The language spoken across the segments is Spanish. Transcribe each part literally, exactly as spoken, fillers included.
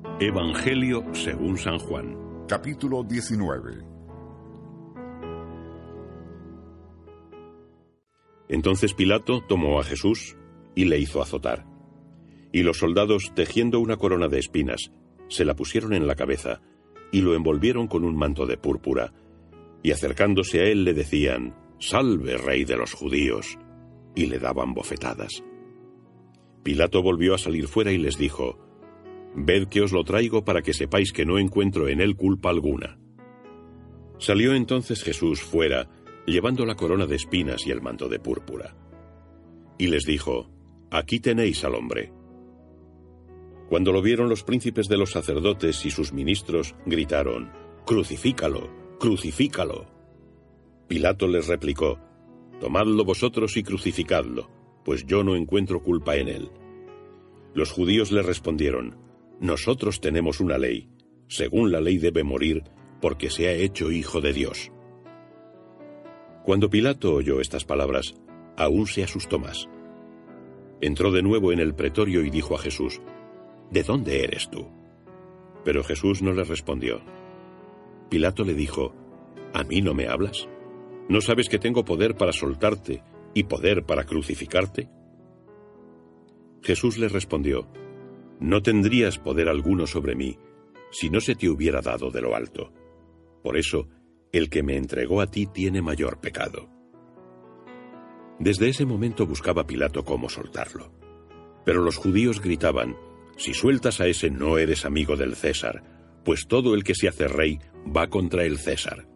Evangelio según San Juan. Capítulo diecinueve. Entonces Pilato tomó a Jesús y le hizo azotar. Y los soldados, tejiendo una corona de espinas, se la pusieron en la cabeza y lo envolvieron con un manto de púrpura, y acercándose a él le decían: «Salve, Rey de los judíos», y le daban bofetadas. Pilato volvió a salir fuera y les dijo: «Ved que os lo traigo para que sepáis que no encuentro en él culpa alguna». Salió entonces Jesús fuera, llevando la corona de espinas y el manto de púrpura. Y les dijo: «Aquí tenéis al hombre». Cuando lo vieron los príncipes de los sacerdotes y sus ministros, gritaron: «¡Crucifícalo! ¡Crucifícalo!». Pilato les replicó: «Tomadlo vosotros y crucificadlo, pues yo no encuentro culpa en él». Los judíos le respondieron: «Nosotros tenemos una ley. Según la ley debe morir, porque se ha hecho hijo de Dios». Cuando Pilato oyó estas palabras, aún se asustó más. Entró de nuevo en el pretorio y dijo a Jesús: «¿De dónde eres tú?». Pero Jesús no le respondió. Pilato le dijo: «¿A mí no me hablas? ¿No sabes que tengo poder para soltarte y poder para crucificarte?». Jesús le respondió: «No tendrías poder alguno sobre mí si no se te hubiera dado de lo alto. Por eso, el que me entregó a ti tiene mayor pecado». Desde ese momento buscaba Pilato cómo soltarlo. Pero los judíos gritaban: «Si sueltas a ese no eres amigo del César, pues todo el que se hace rey va contra el César».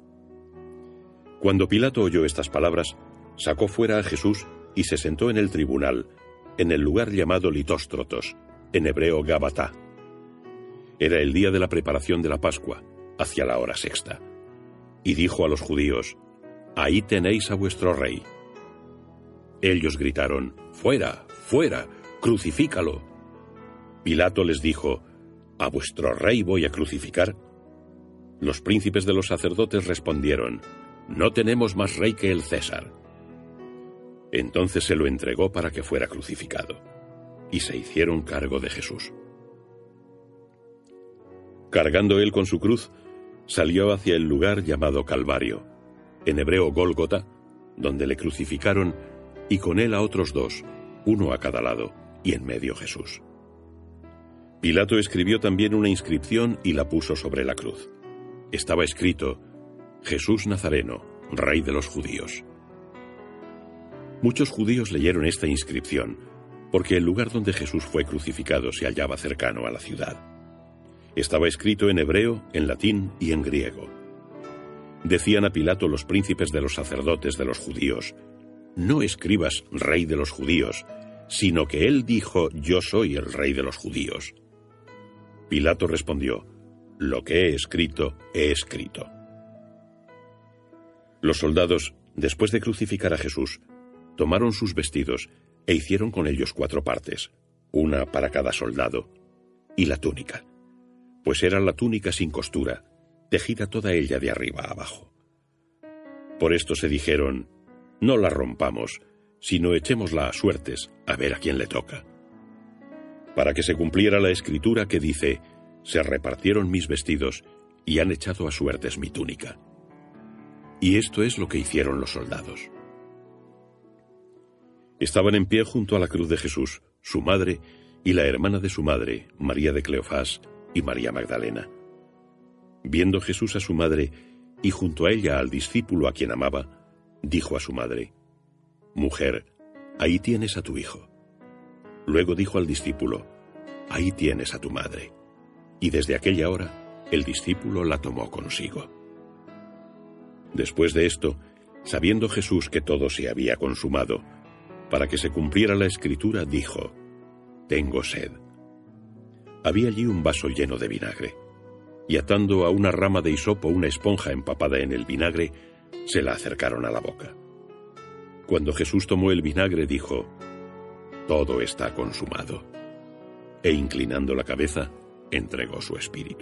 Cuando Pilato oyó estas palabras, sacó fuera a Jesús y se sentó en el tribunal, en el lugar llamado Litóstrotos, en hebreo Gabatá. Era el día de la preparación de la Pascua, hacia la hora sexta. Y dijo a los judíos: «Ahí tenéis a vuestro rey». Ellos gritaron: «¡Fuera, fuera! ¡Crucifícalo!». Pilato les dijo: «¿A vuestro rey voy a crucificar?». Los príncipes de los sacerdotes respondieron: «No tenemos más rey que el César». Entonces se lo entregó para que fuera crucificado, y se hicieron cargo de Jesús. Cargando él con su cruz, salió hacia el lugar llamado Calvario, en hebreo Gólgota, donde le crucificaron, y con él a otros dos, uno a cada lado, y en medio Jesús. Pilato escribió también una inscripción y la puso sobre la cruz. Estaba escrito: «Jesús Nazareno, Rey de los judíos». Muchos judíos leyeron esta inscripción, porque el lugar donde Jesús fue crucificado se hallaba cercano a la ciudad. Estaba escrito en hebreo, en latín y en griego. Decían a Pilato los príncipes de los sacerdotes de los judíos: «No escribas Rey de los judíos, sino que él dijo: yo soy el Rey de los judíos». Pilato respondió: «Lo que he escrito, he escrito». Los soldados, después de crucificar a Jesús, tomaron sus vestidos e hicieron con ellos cuatro partes, una para cada soldado, y la túnica, pues era la túnica sin costura, tejida toda ella de arriba a abajo. Por esto se dijeron: «No la rompamos, sino echémosla a suertes, a ver a quién le toca». Para que se cumpliera la escritura que dice: «Se repartieron mis vestidos y han echado a suertes mi túnica». Y esto es lo que hicieron los soldados. Estaban en pie junto a la cruz de Jesús, su madre y la hermana de su madre, María de Cleofás y María Magdalena. Viendo Jesús a su madre y junto a ella al discípulo a quien amaba, dijo a su madre: «Mujer, ahí tienes a tu hijo». Luego dijo al discípulo: «Ahí tienes a tu madre». Y desde aquella hora el discípulo la tomó consigo. Después de esto, sabiendo Jesús que todo se había consumado, para que se cumpliera la escritura, dijo: «Tengo sed». Había allí un vaso lleno de vinagre, y atando a una rama de hisopo una esponja empapada en el vinagre, se la acercaron a la boca. Cuando Jesús tomó el vinagre, dijo: «Todo está consumado», e inclinando la cabeza, entregó su espíritu.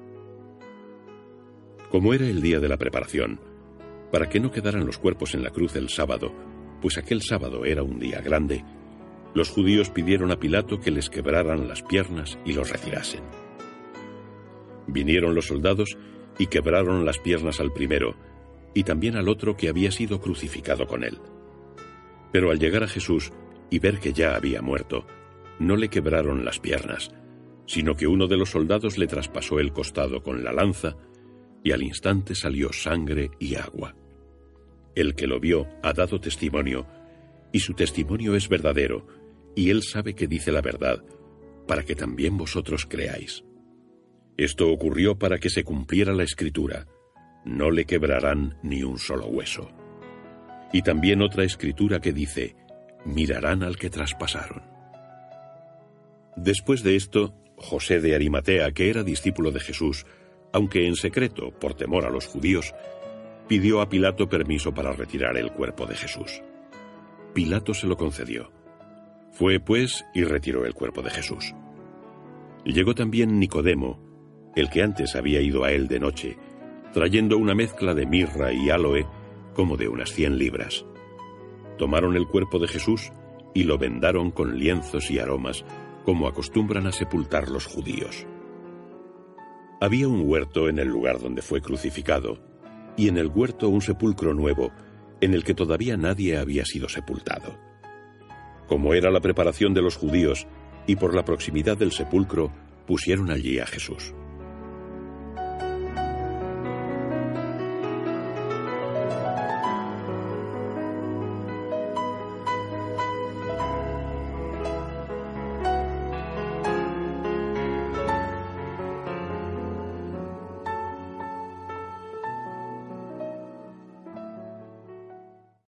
Como era el día de la preparación, para que no quedaran los cuerpos en la cruz el sábado, pues aquel sábado era un día grande, los judíos pidieron a Pilato que les quebraran las piernas y los retirasen. Vinieron los soldados y quebraron las piernas al primero, y también al otro que había sido crucificado con él. Pero al llegar a Jesús y ver que ya había muerto, no le quebraron las piernas, sino que uno de los soldados le traspasó el costado con la lanza, y al instante salió sangre y agua. El que lo vio ha dado testimonio, y su testimonio es verdadero, y él sabe que dice la verdad, para que también vosotros creáis. Esto ocurrió para que se cumpliera la Escritura: no le quebrarán ni un solo hueso. Y también otra Escritura que dice: mirarán al que traspasaron. Después de esto, José de Arimatea, que era discípulo de Jesús, aunque en secreto, por temor a los judíos, pidió a Pilato permiso para retirar el cuerpo de Jesús. Pilato se lo concedió. Fue, pues, y retiró el cuerpo de Jesús. Llegó también Nicodemo, el que antes había ido a él de noche, trayendo una mezcla de mirra y áloe, como de unas cien libras. Tomaron el cuerpo de Jesús y lo vendaron con lienzos y aromas, como acostumbran a sepultar los judíos. Había un huerto en el lugar donde fue crucificado, y en el huerto un sepulcro nuevo, en el que todavía nadie había sido sepultado. Como era la preparación de los judíos, y por la proximidad del sepulcro, pusieron allí a Jesús.